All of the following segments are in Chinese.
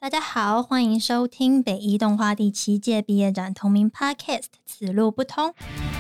大家好，欢迎收听北一动画第7届毕业展同名 Podcast 此路不通。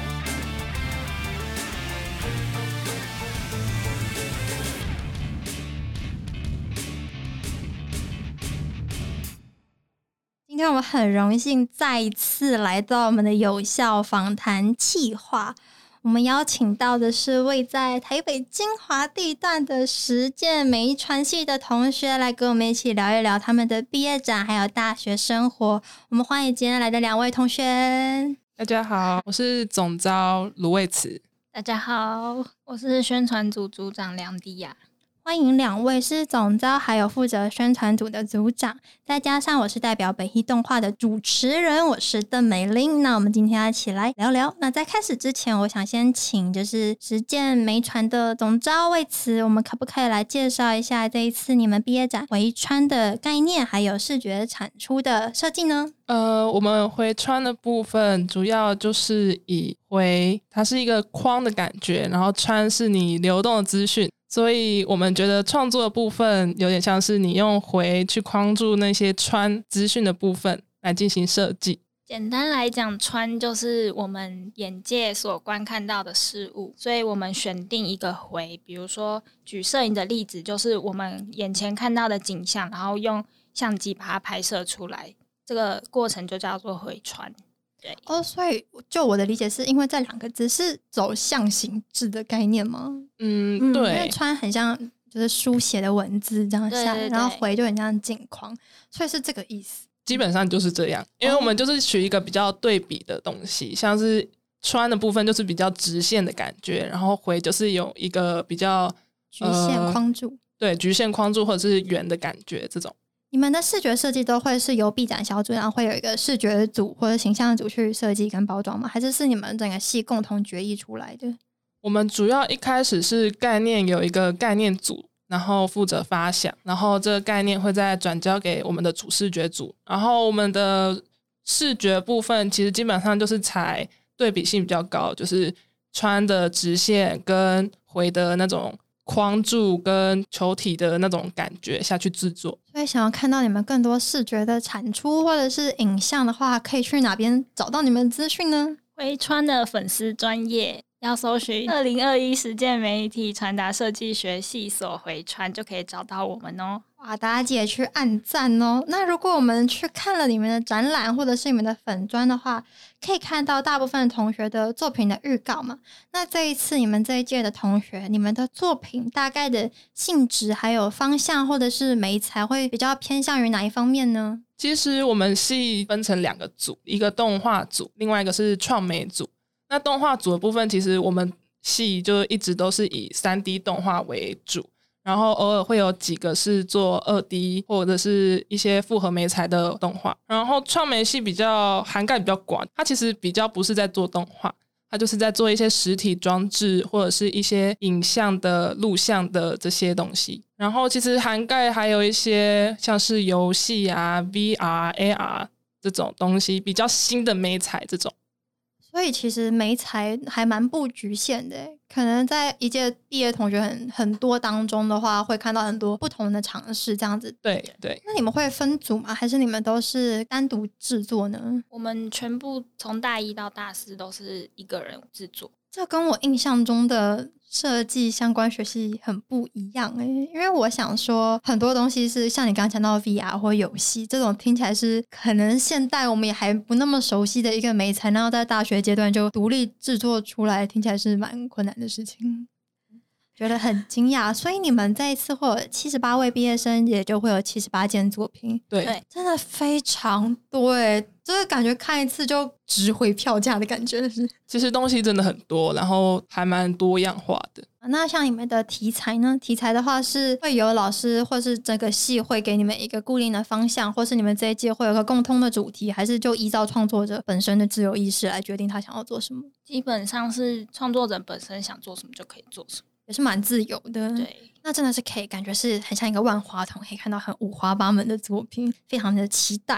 今天我们很荣幸再一次来到我们的有效访谈企划，我们邀请到的是位在台北精华地段的实践媒传系的同学，来跟我们一起聊一聊他们的毕业展还有大学生活。我们欢迎今天来的2位同学。 大家好，我是总召卢卫慈。 大家好，我是宣传组组长梁迪亚。 欢迎2位，是总召还有负责宣传组的组长，再加上我是代表北一动画的主持人，我是邓美玲。那我们今天要一起来聊聊。那在开始之前，我想先请就是实践媒传的总召卫慈，我们可不可以来介绍一下这一次你们毕业展回穿的概念还有视觉产出的设计呢？ 我们回穿的部分主要就是以回，它是一个框的感觉，然后穿是你流动的资讯，所以我们觉得创作的部分有点像是你用回去框住那些穿资讯的部分来进行设计。 简单来讲，穿就是我们眼界所观看到的事物，所以我们选定一个回，比如说举摄影的例子，就是我们眼前看到的景象，然后用相机把它拍摄出来，这个过程就叫做回穿。对哦，所以就我的理解是因为这2个字是走象形制的概念吗？ 对， 因为穿很像就是书写的文字这样下， 对， 然后回就很像镜框，所以是这个意思。 基本上就是这样，因为我们就是取一个比较对比的东西，像是穿的部分就是比较直线的感觉，然后回就是有一个比较局限框住， 对，局限框住或者是圆的感觉这种。 你们的视觉设计都会是由毕展小组，然后会有一个视觉组或者形象组去设计跟包装吗？还是你们整个系共同决议出来的？ 我们主要一开始是概念有一个概念组，然后负责发想，然后这个概念会再转交给我们的主视觉组，然后我们的视觉部分其实基本上就是采对比性比较高，就是穿的直线跟回的那种框住跟球体的那种感觉下去制作。 所以想要看到你们更多视觉的产出或者是影像的话，可以去哪边找到你们的资讯呢？ 回穿的粉丝专页要搜寻2021实践媒体传达设计学系所回穿，就可以找到我们哦。 哇，大家记得去按赞哦。那如果我们去看了你们的展览或者是你们的粉专的话，可以看到大部分同学的作品的预告嘛。那这一次你们这一届的同学，你们的作品大概的性质还有方向或者是媒材会比较偏向于哪一方面呢？ 其实我们系分成2个组，一个动画组，另外一个是创媒组。那动画组的部分，其实我们系就一直都是以 3D 动画为主，然后偶尔会有几个是做 2D 或者是一些复合媒材的动画。然后创媒系比较涵盖比较广，它其实比较不是在做动画，它就是在做一些实体装置或者是一些影像的录像的这些东西。然后其实涵盖还有一些像是游戏啊 VR AR 这种东西，比较新的媒材这种。 所以其实媒材还蛮不局限的，可能在一届毕业同学很多当中的话，会看到很多不同的尝试这样子。 对对。 那你们会分组吗？还是你们都是单独制作呢？ 我们全部从大1到大4都是一个人制作。 这跟我印象中的设计相关学系很不一样因为我想说很多东西是像你刚刚讲到 VR 或游戏这种听起来是可能现代我们也还不那么熟悉的一个媒材，然后在大学阶段就独立制作出来，听起来是蛮困难的事情，觉得很惊讶。所以你们这一次会有78位毕业生，也就会有78件作品。 对， 真的非常多就是感觉看一次就值回票价的感觉。 其实东西真的很多，然后还蛮多样化的。 那像你们的题材呢？题材的话是会有老师或是整个系会给你们一个固定的方向，或是你们这一届会有个共通的主题，还是就依照创作者本身的自由意识来决定他想要做什么？ 基本上是创作者本身想做什么就可以做什么， 也是蛮自由的。 对， 那真的是可以感觉是很像一个万花筒，可以看到很五花八门的作品，非常的期待。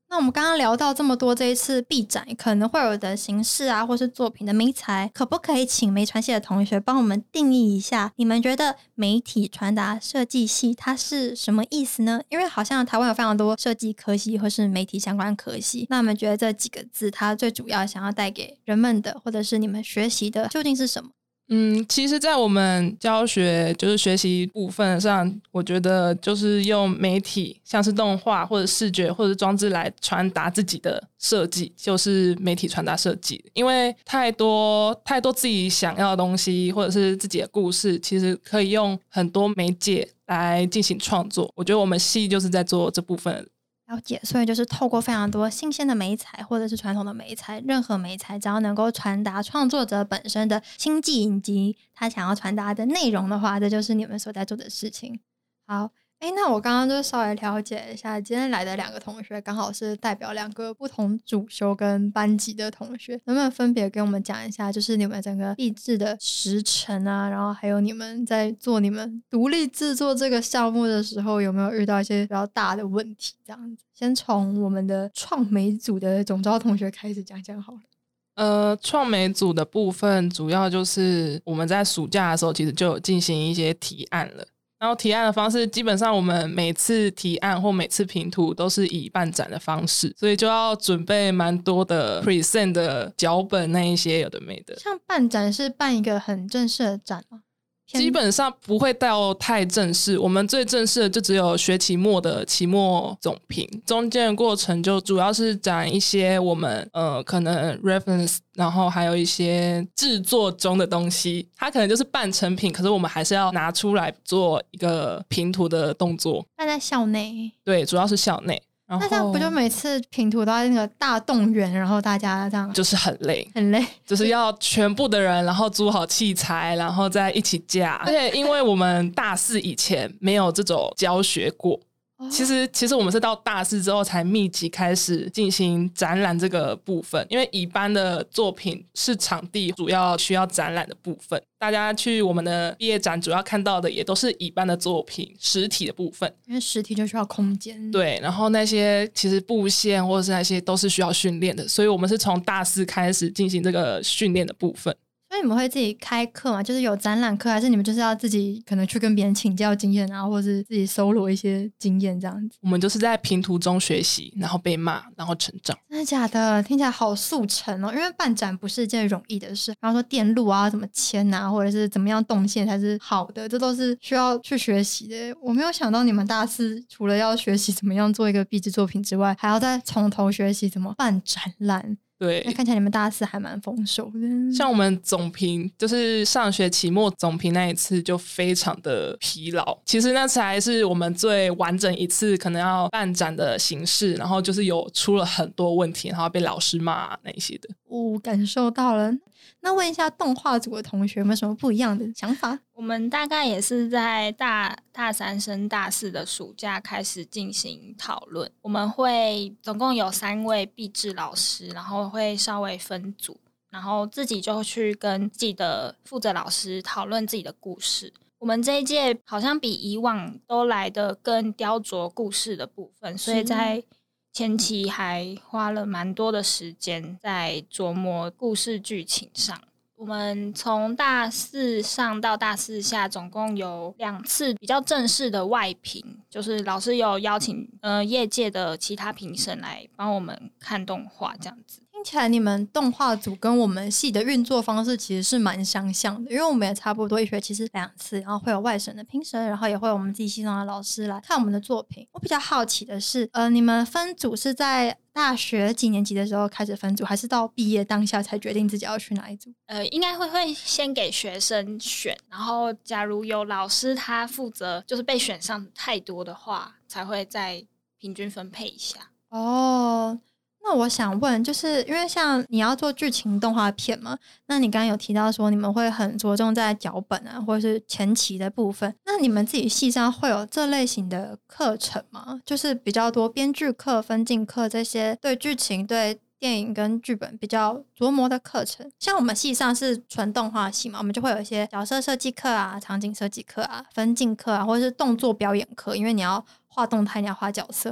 那我们刚刚聊到这么多，这一次毕展可能会有的形式啊，或是作品的媒材，可不可以请媒传系的同学帮我们定义一下，你们觉得媒体传达设计系它是什么意思呢？因为好像台湾有非常多设计科系或是媒体相关科系，那我们觉得这几个字它最主要想要带给人们的，或者是你们学习的究竟是什么？ 其实在我们教学就是学习部分上，我觉得就是用媒体像是动画或者视觉或者装置来传达自己的设计，就是媒体传达设计。因为太多自己想要的东西或者是自己的故事，其实可以用很多媒介来进行创作。我觉得我们系就是在做这部分。 了解，所以就是透过非常多新鲜的媒材或者是传统的媒材，任何媒材只要能够传达创作者本身的心迹以及他想要传达的内容的话，这就是你们所在做的事情。好，那我刚刚就稍微了解一下，今天来的2个同学刚好是代表2个不同主修跟班级的同学，能不能分别跟我们讲一下，就是你们整个毕制的时程啊，然后还有你们在做你们独立制作这个项目的时候，有没有遇到一些比较大的问题？这样子，先从我们的创媒组的总召同学开始讲讲好了。 创媒组的部分主要就是我们在暑假的时候其实就有进行一些提案了。然后提案的方式，基本上我们每次提案或每次评图都是以办展的方式，所以就要准备蛮多的 present 的脚本那一些有的没的。 像办展是办一个很正式的展吗？ 基本上不会到太正式，我们最正式的就只有学期末的期末总评，中间的过程就主要是展一些我们可能 reference， 然后还有一些制作中的东西，它可能就是半成品，可是我们还是要拿出来做一个评图的动作。 办在校内？ 对，主要是校内。 那这样不就每次评图都在那个大动员，然后大家这样就是很累， 很累， 就是要全部的人，然后租好器材，然后再一起架。而且因为我们大4以前没有这种教学过，其实我们是到大4之后才密集开始进行展览这个部分，因为乙班的作品是场地主要需要展览的部分，大家去我们的毕业展主要看到的也都是乙班的作品实体的部分， 因为实体就需要空间。 对，然后那些其实布线或者是那些都是需要训练的，所以我们是从大4开始进行这个训练的部分。 所以你们会自己开课吗？就是有展览课，还是你们就是要自己可能去跟别人请教经验啊，或是自己搜罗一些经验这样子？ 我们就是在评图中学习，然后被骂，然后成长。 真的假的？听起来好速成哦！因为办展不是一件容易的事，比方说电路啊怎么牵啊，或者是怎么样动线才是好的，这都是需要去学习的。我没有想到你们大4除了要学习怎么样做一个毕制作品之外，还要再从头学习怎么办展览。 对， 那看起来你们大4还蛮丰收的。 像我们总评，就是上学期末总评那一次就非常的疲劳。其实那才是我们最完整一次可能要办展的形式，然后就是有出了很多问题，然后被老师骂那一些的。 感受到了。那问一下动画组的同学有没有什么不一样的想法？ 我们大概也是在大3升大4的暑假开始进行讨论。我们会总共有3位毕制老师，然后会稍微分组，然后自己就去跟自己的负责老师讨论自己的故事。我们这一届好像比以往都来得更雕琢故事的部分，所以在前期还花了蛮多的时间在琢磨故事剧情上。我们从大4上到大4下总共有2次比较正式的外评，就是老师有邀请业界的其他评审来帮我们看动画这样子。 听起来你们动画组跟我们系的运作方式其实是蛮相像的，因为我们也差不多一学期是2次，然后会有外省的评审，然后也会有我们自己系上的老师来看我们的作品。我比较好奇的是你们分组是在大学几年级的时候开始分组，还是到毕业当下才决定自己要去哪一组？ 应该会先给学生选，然后假如有老师他负责就是被选上太多的话，才会再平均分配一下。 那我想问，就是因为像你要做剧情动画片嘛，那你刚刚有提到说你们会很着重在脚本啊，或者是前期的部分，那你们自己系上会有这类型的课程吗？就是比较多编剧课、分镜课这些对剧情、对电影跟剧本比较琢磨的课程。像我们系上是纯动画系嘛，我们就会有一些角色设计课啊、场景设计课啊、分镜课啊，或者是动作表演课，因为你要画动态，你要画角色。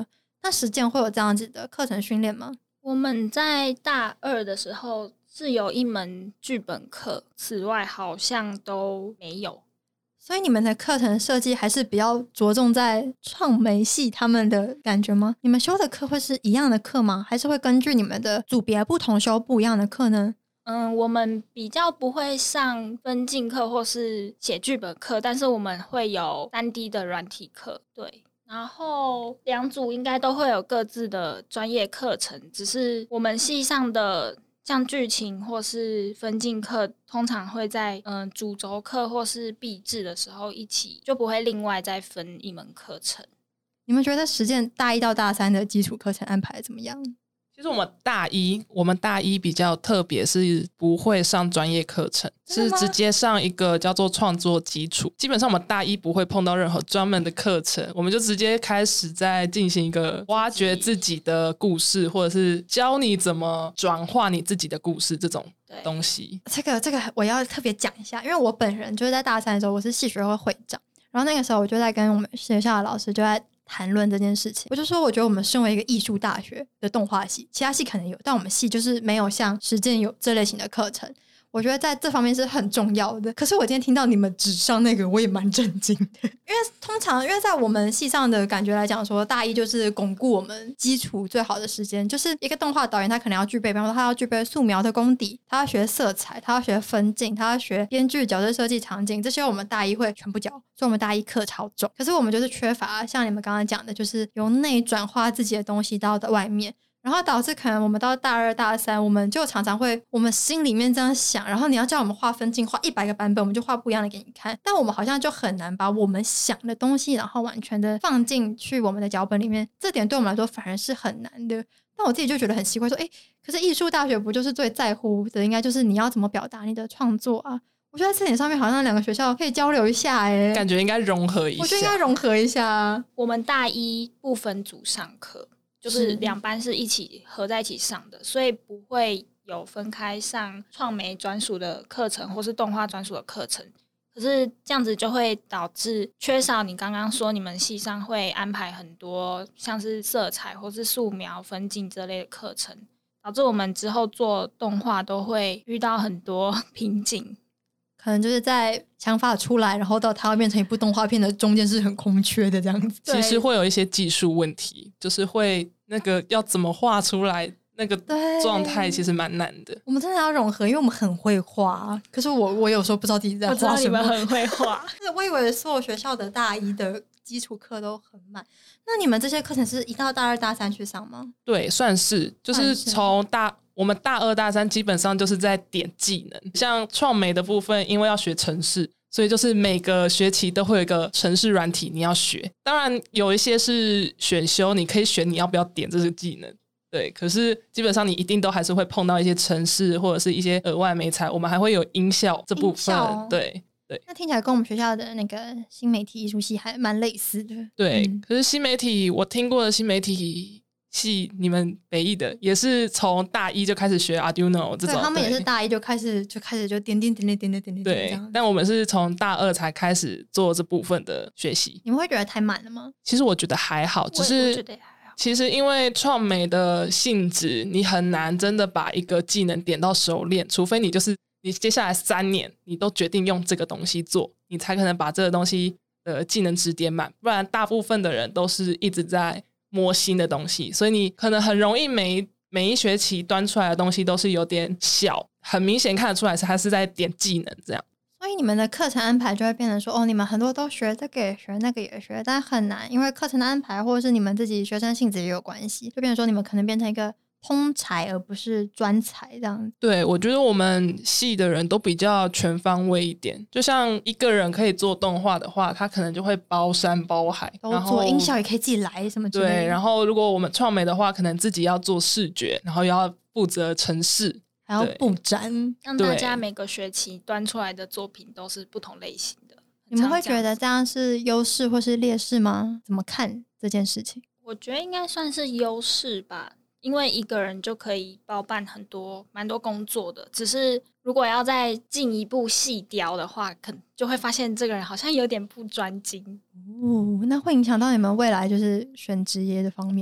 那实践会有这样子的课程训练吗？ 我们在大2的时候是有一门剧本课，此外好像都没有。 所以你们的课程设计还是比较着重在创媒系他们的感觉吗？你们修的课会是一样的课吗？还是会根据你们的组别不同修不一样的课呢？ 我们比较不会上分镜课或是写剧本课，但是我们会有3D 的软体课，对。然后2组应该都会有各自的专业课程，只是我们系上的像剧情或是分镜课，通常会在主轴课或是毕制的时候一起，就不会另外再分一门课程。 你们觉得实践大1到大3的基础课程安排怎么样？ 其实我们大一比较特别，是不会上专业课程，是直接上一个叫做创作基础。基本上我们大一不会碰到任何专门的课程，我们就直接开始在进行一个挖掘自己的故事，或者是教你怎么转化你自己的故事这种东西。 这个我要特别讲一下，因为我本人就是在大3的时候，我是系学会会长，然后那个时候我就在跟我们学校的老师就在谈论这件事情。我就说我觉得我们身为一个艺术大学的动画系，其他系可能有，但我们系就是没有像实践有这类型的课程，我觉得在这方面是很重要的。可是我今天听到你们只上那个，我也蛮震惊的。因为通常因为在我们系上的感觉来讲说，大一就是巩固我们基础最好的时间，就是一个动画导演他可能要具备，比方说他要具备素描的功底，他要学色彩，他要学分镜，他要学编剧、角色设计、场景，这些我们大一会全部教，所以我们大一课超重。可是我们就是缺乏像你们刚刚讲的，就是由内转化自己的东西到外面，然后导致可能我们到大2、大3，我们就常常会我们心里面这样想，然后你要叫我们画分镜，画100个版本，我们就画不一样的给你看，但我们好像就很难把我们想的东西然后完全的放进去我们的脚本里面，这点对我们来说反而是很难的。但我自己就觉得很奇怪，说可是艺术大学不就是最在乎的应该就是你要怎么表达你的创作啊？我觉得在这点上面好像2个学校可以交流一下感觉应该融合一下。 我觉得应该融合一下。 我们大一不分组上课，就是2班是一起合在一起上的，所以不会有分开上创媒专属的课程或是动画专属的课程。可是这样子就会导致缺少你刚刚说你们系上会安排很多像是色彩或是素描、分镜这类的课程，导致我们之后做动画都会遇到很多瓶颈。 可能就是在想法出来，然后到它会变成一部动画片的中间是很空缺的这样子。 其实会有一些技术问题，就是会那个要怎么画出来那个状态其实蛮难的。 我们真的要融合，因为我们很会画，可是我有时候不知道自己在画什么。 我知道你们很会画我以为所有学校的大一的基础课都很满，那你们这些课程是1到大2、大3去上吗？ 对，算是，就是从我们大2、大3基本上就是在点技能，像创媒的部分，因为要学程式，所以就是每个学期都会有一个程式软体你要学。当然有一些是选修，你可以选你要不要点这个技能。对，可是基本上你一定都还是会碰到一些程式或者是一些额外媒材，我们还会有音效这部分。对。 那听起来跟我们学校的那个新媒体艺术系还蛮类似的。 对，可是新媒体我听过的新媒体系，你们北艺的也是从大一就开始学 Arduino 这种。对， 他们也是大一就开始就点对，但我们是从大2才开始做这部分的学习。 你们会觉得太满了吗？ 其实我觉得还好，只是其实因为创媒的性质，你很难真的把一个技能点到熟练，除非你接下来3年你都决定用这个东西做，你才可能把这个东西的技能值点满，不然大部分的人都是一直在摸新的东西，所以你可能很容易每一学期端出来的东西都是有点小，很明显看得出来是他是在点技能这样。 所以你们的课程安排就会变成说，你们很多都学这个也学那个也学，但很难，因为课程的安排或者是你们自己学生性质也有关系，就变成说你们可能变成一个通才而不是专才这样。 对，我觉得我们系的人都比较全方位一点，就像一个人可以做动画的话，他可能就会包山包海， 都做音效也可以自己来什么之类的。 对，然后如果我们创媒的话，可能自己要做视觉，然后要负责程式， 还要布展， 让大家每个学期端出来的作品都是不同类型的。 你们会觉得这样是优势或是劣势吗？怎么看这件事情？ 我觉得应该算是优势吧，因为一个人就可以包办蛮多工作的，只是如果要再进一步细雕的话，可能就会发现这个人好像有点不专精。 那会影响到你们未来就是选职业的方面吗？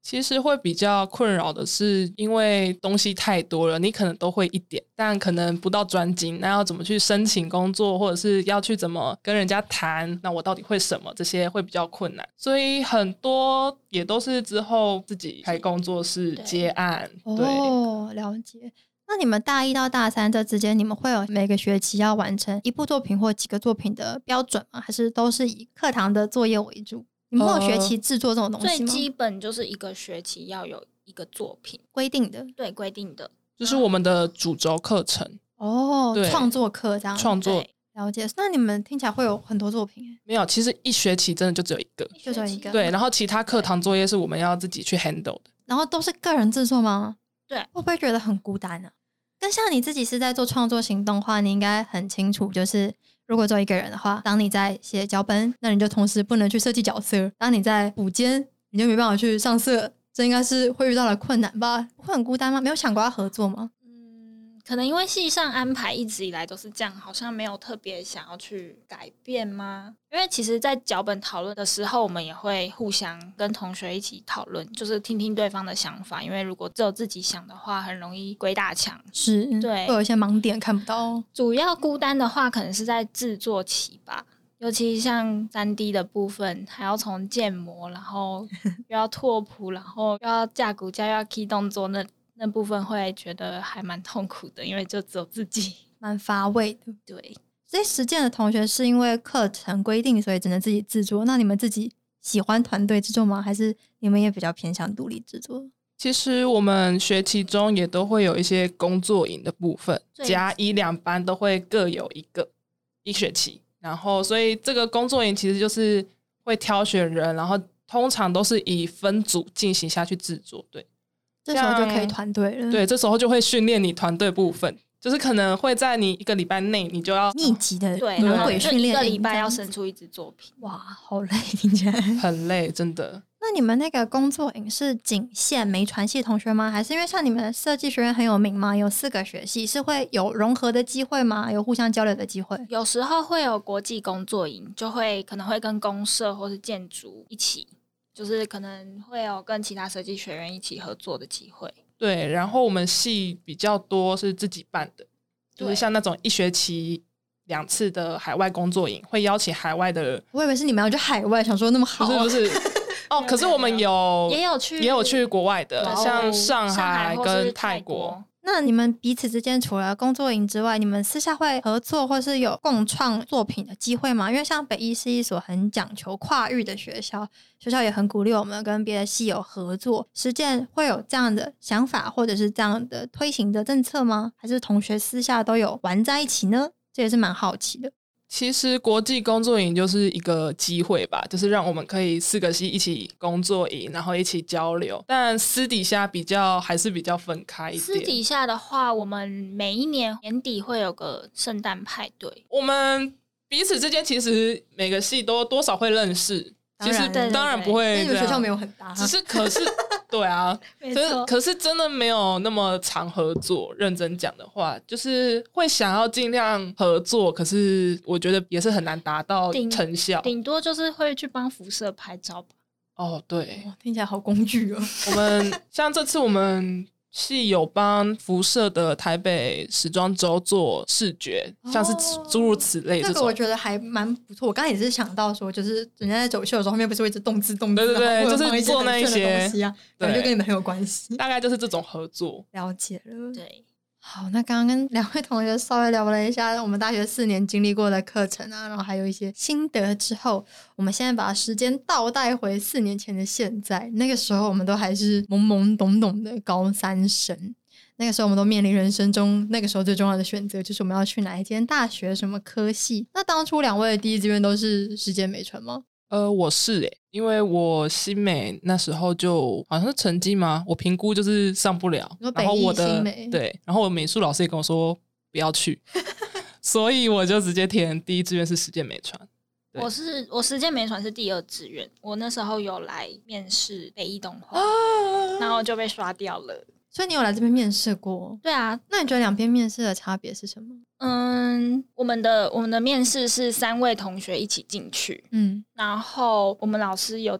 其实会比较困扰的是，因为东西太多了，你可能都会一点，但可能不到专精。那要怎么去申请工作，或者是要去怎么跟人家谈？那我到底会什么？这些会比较困难。所以很多也都是之后自己开工作室接案。对， 哦，了解。那你们大一到大三这之间，你们会有每个学期要完成一部作品或几个作品的标准吗？还是都是以课堂的作业为主？你们会有学期制作这种东西吗？ 最基本就是一个学期要有一个作品规定的， 对，规定的， 就是我们的主轴课程。 哦，创作课这样创作了解。那你们听起来会有很多作品？ 没有，其实一学期真的就只有一个， 就只有一个。 对，然后其他课堂作业是我们要自己去 handle 的。 然后都是个人制作吗？ 对， 会不会觉得很孤单啊？跟像你自己是在做创作型动画，你应该很清楚，就是如果做一个人的话，当你在写脚本，那你就同时不能去设计角色；当你在补间，你就没办法去上色，这应该是会遇到的困难吧？会很孤单吗？没有想过要合作吗？ 可能因为系上安排一直以来都是这样，好像没有特别想要去改变吗？因为其实在脚本讨论的时候，我们也会互相跟同学一起讨论，就是听听对方的想法，因为如果只有自己想的话，很容易鬼打墙。 是， 对， 会有一些盲点看不到。 主要孤单的话，可能是在制作期吧。尤其像 3D 的部分，还要从建模，然后又要拓扑，然后又要架骨架，又要 key 动作，那部分会觉得还蛮痛苦的，因为就只有自己， 蛮乏味的。 对， 所以实践的同学是因为课程规定，所以只能自己制作。那你们自己喜欢团队制作吗？还是你们也比较偏向独立制作？ 其实我们学期中也都会有一些工作营的部分，甲乙两班都会各有一学期。然后所以这个工作营其实就是会挑选人，然后通常都是以分组进行下去制作。对， 这时候就可以团队了。 对，这时候就会训练你团队部分，就是可能会在你一个礼拜内，你就要密集的对魔鬼训练， 一个礼拜要生出一支作品。 哇，好累，听起来很累，真的。 那你们那个工作营是仅限媒传系同学吗？还是因为像你们设计学院很有名嘛，有4个学系，是会有融合的机会吗？有互相交流的机会？ 有时候会有国际工作营，就可能会跟公社或是建筑一起，就是可能会有跟其他设计学院一起合作的机会。 对，然后我们系比较多是自己办的，就是像那种一学期2次的海外工作营，会邀请海外的。 我以为是你们要去海外，想说那么好， 不是哦，可是我们也有去国外的，像上海跟泰国。 那你们彼此之间除了工作营之外，你们私下会合作或是有共创作品的机会吗？因为像北医是一所很讲求跨域的学校，学校也很鼓励我们跟别的系有合作。实践会有这样的想法或者是这样的推行的政策吗？还是同学私下都有玩在一起呢？这也是蛮好奇的。 其实国际工作营就是一个机会吧，就是让我们可以4个系一起工作营，然后一起交流。但私底下还是比较分开一点。 私底下的话，我们每一年年底会有个圣诞派对。 我们彼此之间其实每个系都多少会认识，其实当然不会这样， 因为你们学校没有很大， 只是可是对啊，可是真的没有那么常合作。认真讲的话，就是会想要尽量合作，可是我觉得也是很难达到成效。 顶多就是会去帮辐射拍照吧。 哦，对， 听起来好工具哦。 我们像这次我们系有帮辐射的台北时装周做视觉，像是诸如此类这种。 这个我觉得还蛮不错。我刚才也是想到说，就是人家在走秀的时候，后面不是会一直动字， 对对对，就是做那一些东西啊，感觉就跟你们很有关系。 大概就是这种合作。 了解了， 对。 好，那刚刚跟2位同学稍微聊了一下我们大学4年经历过的课程啊，然后还有一些心得之后，我们现在把时间倒带回4年前的现在。那个时候我们都还是懵懵懂懂的高3生，那个时候我们都面临人生中那个时候最重要的选择，就是我们要去哪一间大学什么科系。那当初2位的第一志愿都是实践美传吗？ 我是因为我新美那时候就好像是成绩嘛，我评估就是上不了，然后我的对，然后我美术老师也跟我说不要去，所以我就直接填第一志愿是实践美传。 我实践美传是第2志愿，我那时候有来面试北艺动画，然后就被刷掉了。 所以你有来这边面试过？ 对啊。 那你觉得2边面试的差别是什么？ 我们的面试是3位同学一起进去，然后我们老师有点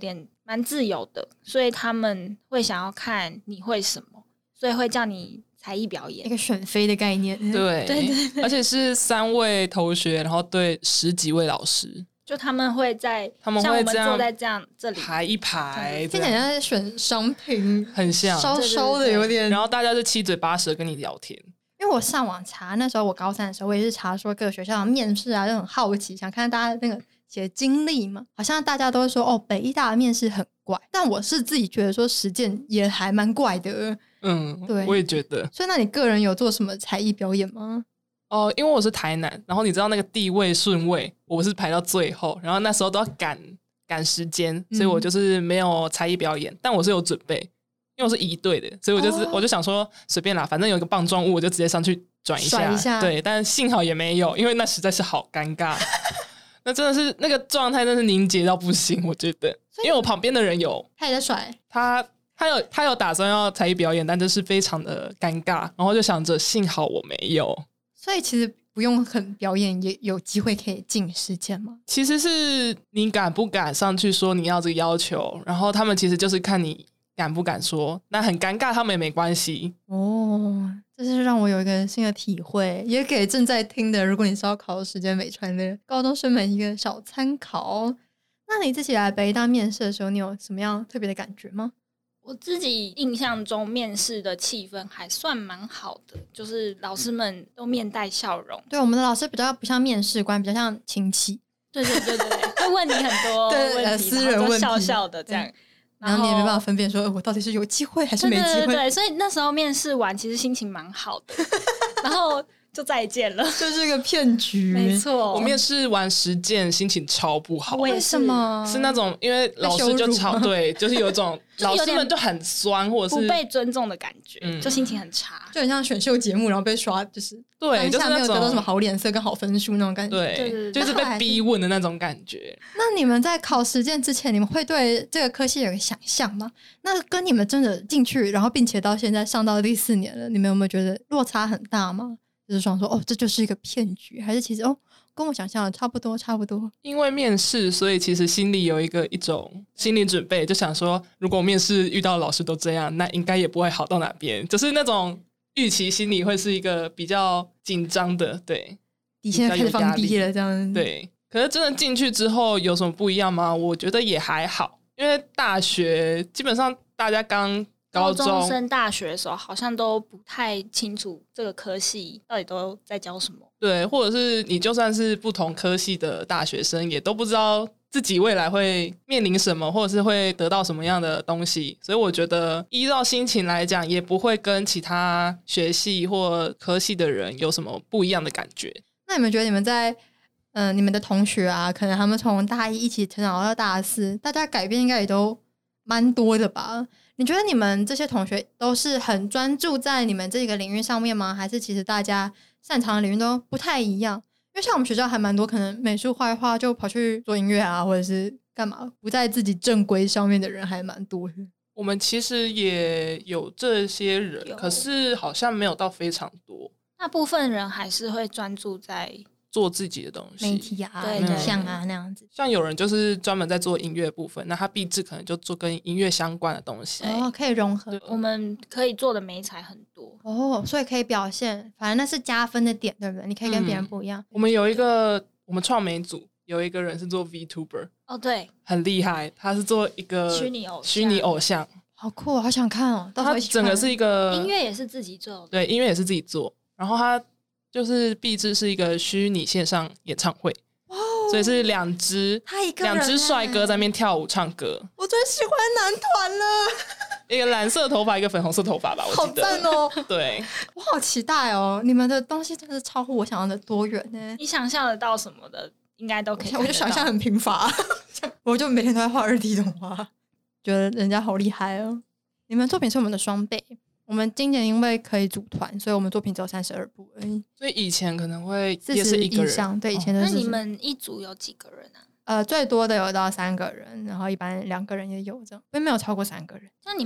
蛮自由的，所以他们会想要看你会什么，所以会叫你才艺表演， 一个选妃的概念。 对对对对， 而且是3位同学，然后对10几位老师， 就他们会在， 他们像我们会这样坐在这里排一排， 听起来像在选商品， 很像， 稍稍的有点。 然后大家就七嘴八舌跟你聊天。 因为我上网查，那时候我高3的时候，我也是查说各个学校的面试啊，就很好奇，想看大家那个写经历嘛。好像大家都说哦，北医大的面试很怪，但我是自己觉得说实践也还蛮怪的。对， 我也觉得。 所以那你个人有做什么才艺表演吗？ 哦，因为我是台南，然后你知道那个地位顺位，我是排到最后，然后那时候都要赶时间，所以我就是没有才艺表演，但我是有准备，因为我是仪队的，所以我就想说随便啦，反正有一个棒状物，我就直接上去转一下，对，但幸好也没有，因为那实在是好尴尬，那真的是那个状态，真的是凝结到不行，我觉得，因为我旁边的人他也在甩， 他有打算要才艺表演，但就是非常的尴尬，然后就想着幸好我没有。 所以其实不用很表演也有机会可以进实践吗？ 其实是你敢不敢上去说你要这个要求，然后他们其实就是看你敢不敢说，那很尴尬他们也没关系。 哦，这是让我有一个新的体会，也给正在听的如果你是要考时间美传的高中生们一个小参考。那你自己来北医大面试的时候，你有什么样特别的感觉吗？ 我自己印象中面试的气氛还算蛮好的，就是老师们都面带笑容。 对，我们的老师比较不像面试官，比较像亲戚。 对，会问你很多问题， 私人问题， 笑笑的这样。 然后你也没办法分辨说，我到底是有机会还是没机会。 对，所以那时候面试完，其实心情蛮好的，然后就再见了， 就是个骗局。 没错， 我面试完10件，心情超不好。 为什么？ 是那种因为老师就超对，就是有一种老师们就很酸，或者是不被尊重的感觉，就心情很差， 就很像选秀节目，然后被刷，就是对，就是没有得到什么好脸色跟好分数那种感觉。 对，就是被逼问的那种感觉。 那你们在考实践之前，你们会对这个科系有个想象吗？那跟你们真的进去，然后并且到现在上到第4年了，你们有没有觉得落差很大吗？就是想说，哦，这就是一个骗局，还是其实跟我想象的差不多？ 因为面试，所以其实心里有一种心理准备，就想说，如果面试遇到老师都这样，那应该也不会好到哪边。就是那种预期心理会是一个比较紧张的，对， 底线开始放低了，这样对。可是真的进去之后有什么不一样吗？我觉得也还好，因为大学基本上大家高中升大学的时候，好像都不太清楚这个科系到底都在教什么。 对，或者是你就算是不同科系的大学生，也都不知道自己未来会面临什么，或者是会得到什么样的东西。所以我觉得依照心情来讲，也不会跟其他学系或科系的人有什么不一样的感觉。 那你们觉得你们在你们的同学啊，可能他们从大一一起成长到大4，大家改变应该也都蛮多的吧？你觉得你们这些同学都是很专注在你们这个领域上面吗？还是其实大家擅长的领域都不太一样？因为像我们学校还蛮多可能美术画一画就跑去做音乐啊，或者是干嘛不在自己正规上面的人还蛮多的。 我们其实也有这些人，可是好像没有到非常多。 大部分人还是会专注在做自己的东西， 媒体啊、影像啊那样子。 像有人就是专门在做音乐部分，那他毕制可能就做跟音乐相关的东西。 可以融合。 我们可以做的媒材很多所以可以表现，反正那是加分的点，对不对？你可以跟别人不一样。 我们创媒组有一个人是做 VTuber， 对， 很厉害，他是做一个虚拟偶像， 好酷，好想看哦！ 他整个是一个音乐也是自己做， 对，音乐也是自己做，然后他就是毕制是一一个虚拟线上演唱会，所以是两只帅哥在那边跳舞唱歌。 我最喜欢男团了， 一个蓝色头发，一个粉红色头发吧，我记得。 好赞哦！ 对， 我好期待哦！你们的东西真的是超乎我想象的多元呢。 你想象得到什么的，应该都可以。 我就想象很贫乏，我就每天都在画2D 动画，觉得人家好厉害哦。你们作品是我们的双倍。我们今年因为可以组团，所以我们作品只有32部而已。 所以以前可能会也是一个人以上，对，以前的是。 那你们一组有几个人啊？ 最多的有到3个人，然后一般2个人也有这样，并没有超过3个人。 那你们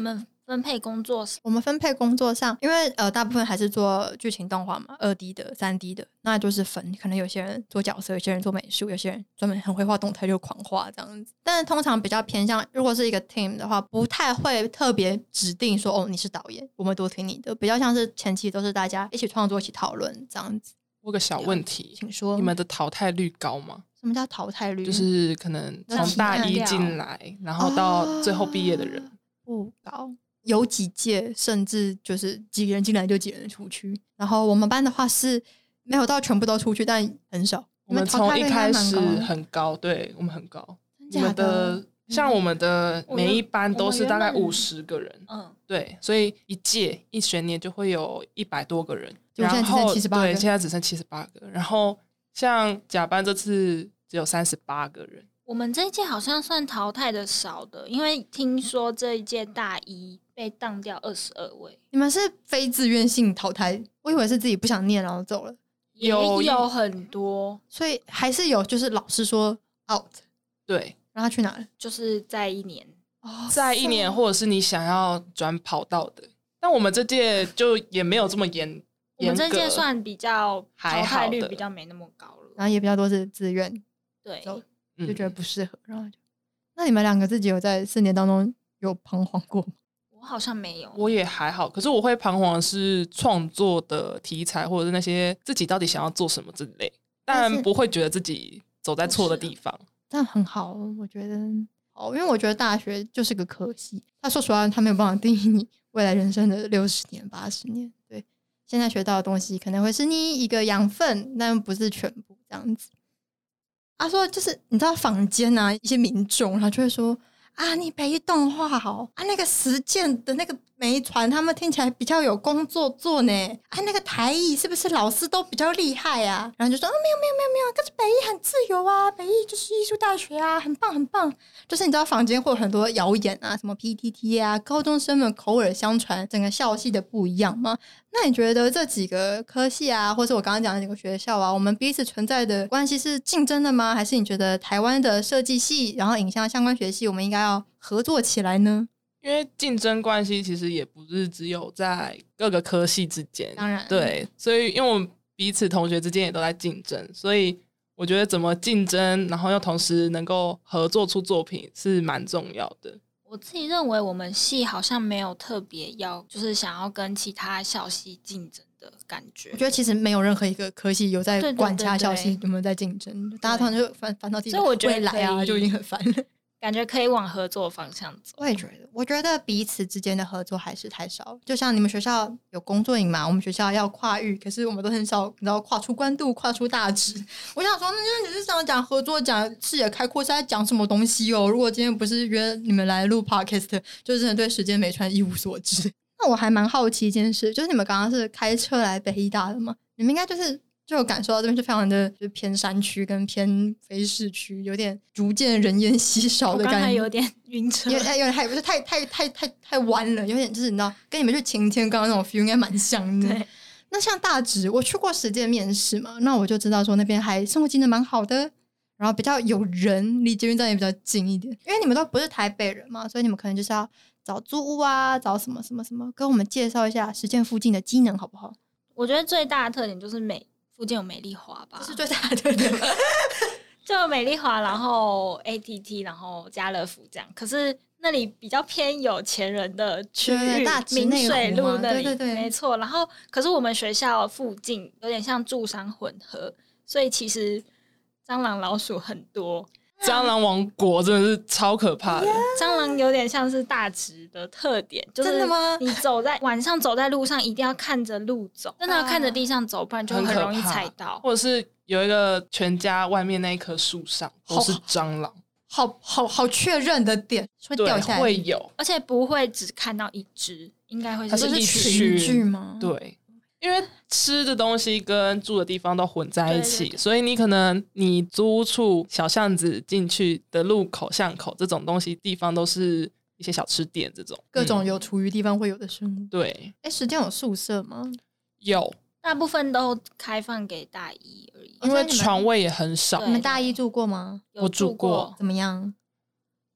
分配工作我们分配工作上，因为大部分还是做剧情动画嘛，2D 的、3D 的，那就是分，可能有些人做角色，有些人做美术，有些人专门很会画动态就狂画这样子。但是通常比较偏向，如果是一个 team 的话，不太会特别指定说哦你是导演，我们都听你的，比较像是前期都是大家一起创作、一起讨论这样子。 我有个小问题， 请说， 你们的淘汰率高吗？ 什么叫淘汰率？ 就是可能从大一进来，然后到最后毕业的人， 不高。有几届甚至就是几个人进来就几个人出去，然后我们班的话是没有到全部都出去，但很少。 我们从一开始很高，对，我们很高。你们的像我们的每一班都是大概50个人，对，所以一届一学年就会有100多个人，然后对，现在只剩78个，然后像甲班这次只有38个人。 我们这一届好像算淘汰的少的，因为听说这一届大一被当掉22位。 你们是非自愿性淘汰？我以为是自己不想念然后走了。 有很多， 所以还是有就是老师说 out， 对， 然后他去哪了？ 就是在1年， 在1年，或者是你想要转跑道的。但我们这届就也没有这么严我们这届算比较淘汰率比较没那么高了， 然后也比较多是自愿， 对， 就觉得不适合，然后就。那你们2个自己有在4年当中有彷徨过吗？ 我好像没有， 我也还好。可是我会彷徨的是创作的题材，或者是那些自己到底想要做什么之类，但不会觉得自己走在错的地方。 但很好，我觉得好，因为我觉得大学就是个科系，他说实话，他没有办法定义你未来人生的60年、80年。对，现在学到的东西可能会是你一个养分，但不是全部这样子。说就是你知道坊间啊，一些民众他就会说啊，你北艺动画好啊，那个实践的那个媒传他们听起来比较有工作做呢，啊，那个台艺是不是老师都比较厉害啊？然后就说没有，可是北艺很自由啊，北艺就是艺术大学啊，很棒很棒。就是你知道坊间会有很多谣言啊，什么 PTT 啊，高中生们口耳相传整个校系的不一样吗？那你觉得这几个科系啊，或是我刚刚讲的几个学校啊，我们彼此存在的关系是竞争的吗？还是你觉得台湾的设计系，然后影像相关学系，我们应该要合作起来呢？ 因为竞争关系其实也不是只有在各个科系之间， 当然对，所以因为我们彼此同学之间也都在竞争，所以我觉得怎么竞争，然后又同时能够合作出作品是蛮重要的。 我自己认为我们系好像没有特别就是想要跟其他校系竞争的感觉。 我觉得其实没有任何一个科系有在管其他校系有没有在竞争，大家通常就烦到自己未来啊，就已经很烦了。 感觉可以往合作方向走。 我觉得彼此之间的合作还是太少。就像你们学校有工作营嘛，我们学校要跨域，可是我们都很少，你知道跨出关渡、跨出大直。我想说，那你是想讲合作、讲视野开阔，是在讲什么东西哦？如果今天不是约你们来录 podcast， 就真的对时间美传一无所知。那我还蛮好奇一件事，就是你们刚刚是开车来北医大的吗？你们应该就有感受到这边就非常的就是偏山区跟偏非市区，有点逐渐人烟稀少的感觉。 我刚才有点晕车， 有点不是太弯了，有点就是你知道跟你们去晴天刚刚那种 feel 应该蛮像的。那像大直，我去过实践面试嘛，那我就知道说那边还生活机能蛮好的，然后比较有人，离捷运站也比较近一点。因为你们都不是台北人嘛，所以你们可能就是要找租屋啊，找什么什么什么，跟我们介绍一下实践附近的机能好不好？ 我觉得最大的特点就是附近有美丽华吧， 这是最大的特点吗？ 就有美丽华，然后 ATT， 然后家乐福这样。可是那里比较偏有钱人的区域，明水路那里，对，没错。然后可是我们学校附近有点像住商混合，所以其实蟑螂老鼠很多。 蟑螂王国真的是超可怕的， 蟑螂有点像是大直的特点，就是真的吗？ 你晚上走在路上一定要看着路走，真的要看着地上走，不然就很容易踩到。 或者是有一个全家外面那一棵树上都是蟑螂， 好确认的点，会掉下来， 会有， 而且不会只看到一只，应该会是一群吗？ 对。因为吃的东西跟住的地方都混在一起，所以你可能你租处小巷子进去的路口巷口这种东西地方都是一些小吃店，这种各种有厨余地方会有的生物。 对， 实践有宿舍吗？ 有， 大部分都开放给大一而已， 因为床位也很少。 你们大一住过吗？ 有住过， 怎么样？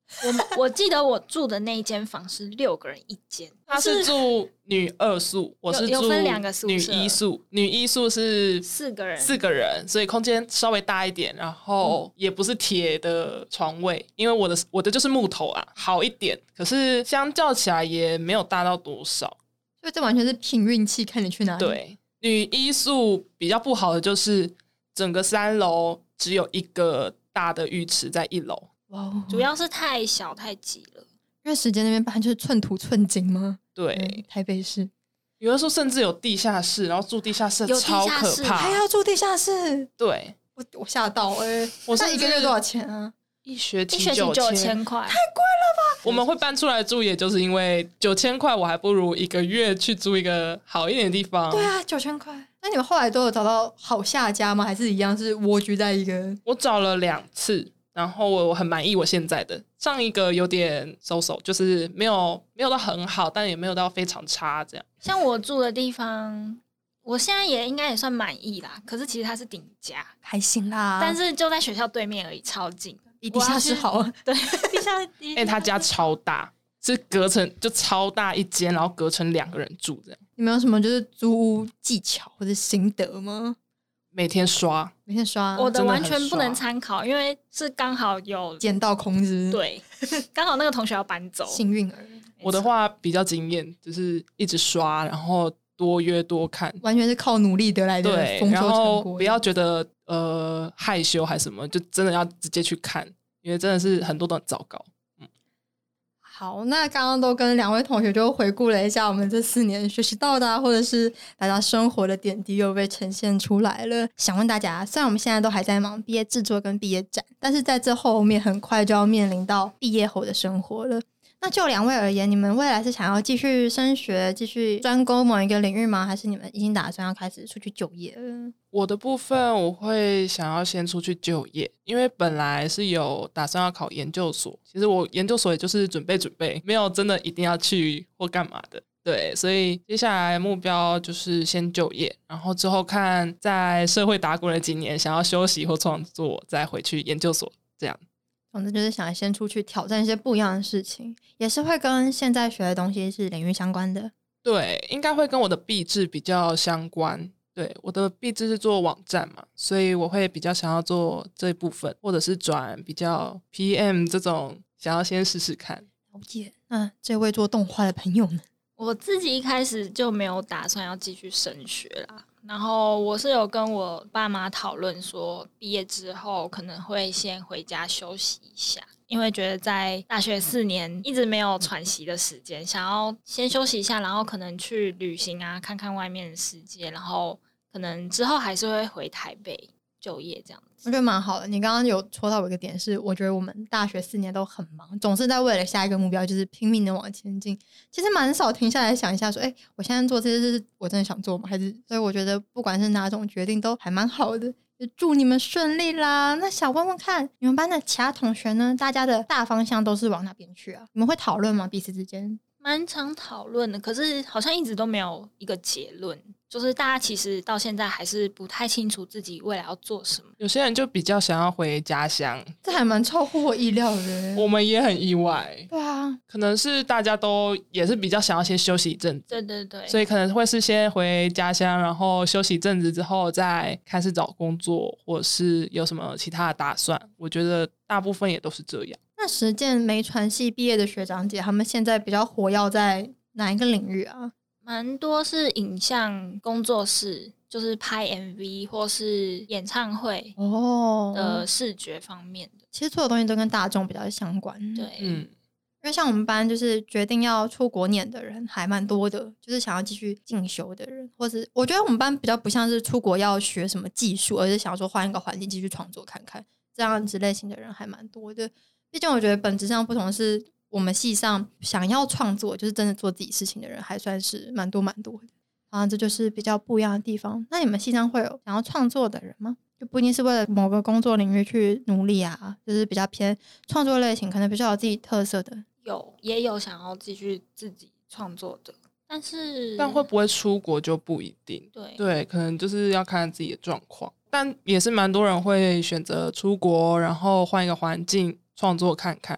我记得我住的那一间房是6个人一间， 他是住女2宿，我是住有分2个宿舍， 女1宿，女1宿是 4个人 ，4个人，所以空间稍微大一点，然后也不是铁的床位，因为我的就是木头啊，好一点，可是相较起来也没有大到多少， 所以这完全是凭运气，看你去哪里。 对，女1宿比较不好的就是整个3楼只有一个大的浴池在1楼。 哇， 主要是太小太挤了， 因为时间那边办就是寸土寸金吗？ 对， 台北市有的时候甚至有地下室，然后住地下室有地超下室可怕， 还要住地下室， 对， 我吓到我那一个月多少钱啊？ 一学期 1学期9000块， 我们会搬出来住，也就是因为9000块，我还不如1个月去住一个好一点的地方。 对啊，9000块。那你们后来都有找到好下家吗？还是一样是蜗居在一个？ 我找了2次，然后我很满意我现在的。上一个有点收，就是没有到很好，但也没有到非常差这样。 像我住的地方，我现在也应该也算满意啦。可是其实它是顶家， 还行啦， 但是就在学校对面而已，超近， 比地下室好。 对，地下他家超大，是隔成就超大一间，然后隔成2个人住这样。 你们有什么就是租屋技巧或者心得吗？ 每天刷， 我的完全不能刷参考，因为是刚好有捡到空子， 对，刚好那个同学要搬走， 幸运儿。 我的话比较经验，就是一直刷，然后多约多看， 完全是靠努力得来的对， 丰收成然后果。 不要觉得害羞还是什么，就真的要直接去看，因为真的是很多都很糟糕。 好，那刚刚都跟2位同学就回顾了一下我们这4年学习到的啊，或者是大家生活的点滴又被呈现出来了。想问大家，虽然我们现在都还在忙毕业制作跟毕业展，但是在这后面很快就要面临到毕业后的生活了。那就2位而言，你们未来是想要继续升学，继续专攻某一个领域吗？还是你们已经打算要开始出去就业了？ 我的部分我会想要先出去就业，因为本来是有打算要考研究所，其实我研究所也就是准备，没有真的一定要去或干嘛的。对，所以接下来目标就是先就业，然后之后看在社会打滚了几年，想要休息或创作，再回去研究所这样。 总之就是想先出去挑战一些不一样的事情，也是会跟现在学的东西是领域相关的。 对，应该会跟我的毕制比较相关。对，我的毕制是做网站嘛，所以我会比较想要做这一部分，或者是转比较 PM 这种，想要先试试看。 了解。那这位做动画的朋友呢？ 我自己一开始就没有打算要继续升学啦，然后我是有跟我爸妈讨论说，毕业之后可能会先回家休息一下，因为觉得在大学4年一直没有喘息的时间，想要先休息一下，然后可能去旅行啊，看看外面的世界，然后可能之后还是会回台北就业这样子。 我觉得蛮好的。你刚刚有戳到我一个点是，我觉得我们大学4年都很忙，总是在为了下一个目标就是拼命的往前进，其实蛮少停下来想一下说，我现在做这些事我真的想做吗？还是所以我觉得不管是哪种决定都还蛮好的，就祝你们顺利啦。那想问问看你们班的其他同学呢，大家的大方向都是往哪边去啊？你们会讨论吗？彼此之间蛮常讨论的，可是好像一直都没有一个结论，就是大家其实到现在还是不太清楚自己未来要做什么。 有些人就比较想要回家乡， 这还蛮超乎我意料的。 我们也很意外。 对啊， 可能是大家都也是比较想要先休息一阵子， 对对对， 所以可能会是先回家乡，然后休息一阵子之后再开始找工作，或者是有什么其他的打算。我觉得大部分也都是这样。 那实践媒传系毕业的学长姐，他们现在比较活跃在哪一个领域啊？ 蛮多是影像工作室，就是拍 MV 或是演唱会的视觉方面的。 其实做的东西都跟大众比较相关。 对， 因为像我们班就是决定要出国念的人还蛮多的，就是想要继续进修的人，或是我觉得我们班比较不像是出国要学什么技术，而是想说换一个环境继续创作看看，这样子类型的人还蛮多的。毕竟我觉得本质上不同是我们系上想要创作就是真的做自己事情的人还算是蛮多的啊，这就是比较不一样的地方。那你们系上会有想要创作的人吗？就不一定是为了某个工作领域去努力啊，就是比较偏创作类型，可能比较有自己特色的。 也有想要继续自己创作的，但会不会出国就不一定。对，可能就是要看自己的状况。但也是蛮多人会选择出国，然后换一个环境创作看看。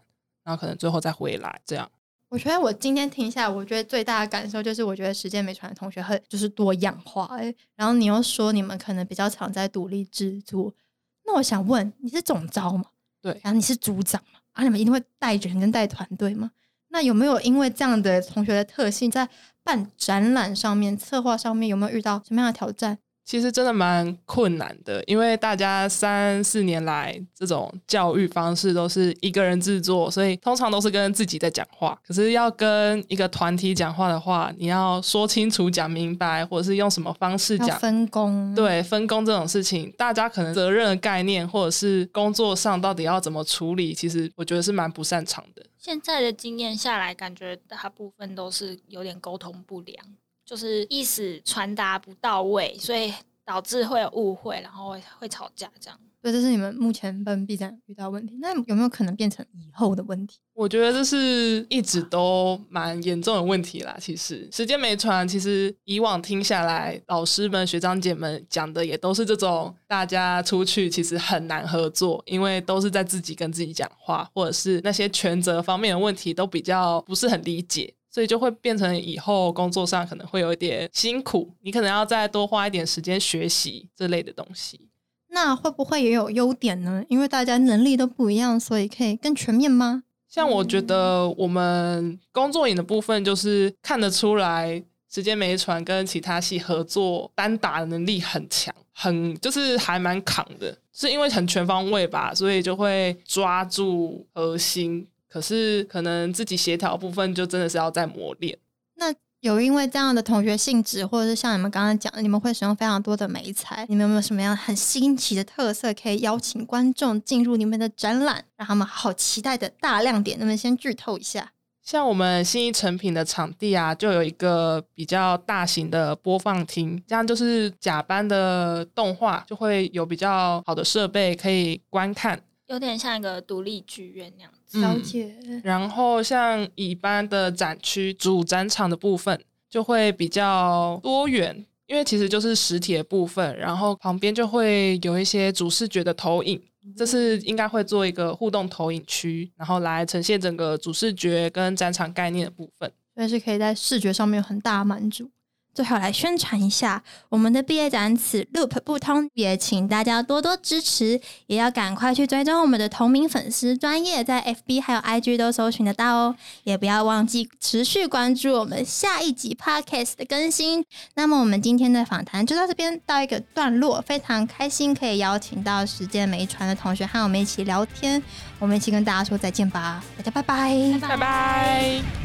然后可能最后再回来这样。 我觉得我今天听下来，我觉得最大的感受就是，我觉得时间没传的同学很就是多样化然后你又说你们可能比较常在独立制作，那我想问，你是总召吗？ 对， 然后你是组长嘛？你们一定会带人跟带团队吗？那有没有因为这样的同学的特性，在办展览上面、策划上面有没有遇到什么样的挑战？ 其实真的蛮困难的，因为大家3-4年来这种教育方式都是一个人制作，所以通常都是跟自己在讲话。可是要跟一个团体讲话的话，你要说清楚、讲明白，或者是用什么方式讲， 要分工。 对，分工这种事情，大家可能责任的概念或者是工作上到底要怎么处理，其实我觉得是蛮不擅长的。 现在的经验下来，感觉大部分都是有点沟通不良，就是意思传达不到位，所以导致会有误会，然后会吵架这样。 对，这是你们目前办 B 展遇到问题，那有没有可能变成以后的问题？ 我觉得这是一直都蛮严重的问题啦。其实时间没传，其实以往听下来，老师们学长姐们讲的也都是这种，大家出去其实很难合作，因为都是在自己跟自己讲话，或者是那些权责方面的问题都比较不是很理解，所以就会变成以后工作上可能会有一点辛苦，你可能要再多花一点时间学习这类的东西。 那会不会也有优点呢？因为大家能力都不一样，所以可以更全面吗？ 像我觉得我们工作营的部分就是看得出来时间没传跟其他系合作单打的能力很强，就是还蛮扛的，是因为很全方位吧，所以就会抓住核心，可是可能自己协调的部分就真的是要再磨练。 那有因为这样的同学性质，或者是像你们刚刚讲的，你们会使用非常多的媒材，你们有没有什么样很新奇的特色可以邀请观众进入你们的展览，让他们好期待的大亮点？能不能先剧透一下？ 像我们信义诚品的场地啊，就有一个比较大型的播放厅，这样就是甲班的动画就会有比较好的设备可以观看， 有点像一个独立剧院那样子。 了解。 然后像乙班的展区主展场的部分就会比较多元，因为其实就是实体的部分，然后旁边就会有一些主视觉的投影，这是应该会做一个互动投影区，然后来呈现整个主视觉跟展场概念的部分， 所以是可以在视觉上面有很大的满足。最后来宣传一下我们的毕业展此 Loop 不通，也请大家多多支持，也要赶快去追踪我们的同名粉丝专页，在 FB 还有 IG 都搜寻得到哦。也不要忘记持续关注我们下一集 Podcast 的更新。那么我们今天的访谈就到这边到一个段落，非常开心可以邀请到时间没传的同学和我们一起聊天，我们一起跟大家说再见吧，大家拜拜， 拜拜。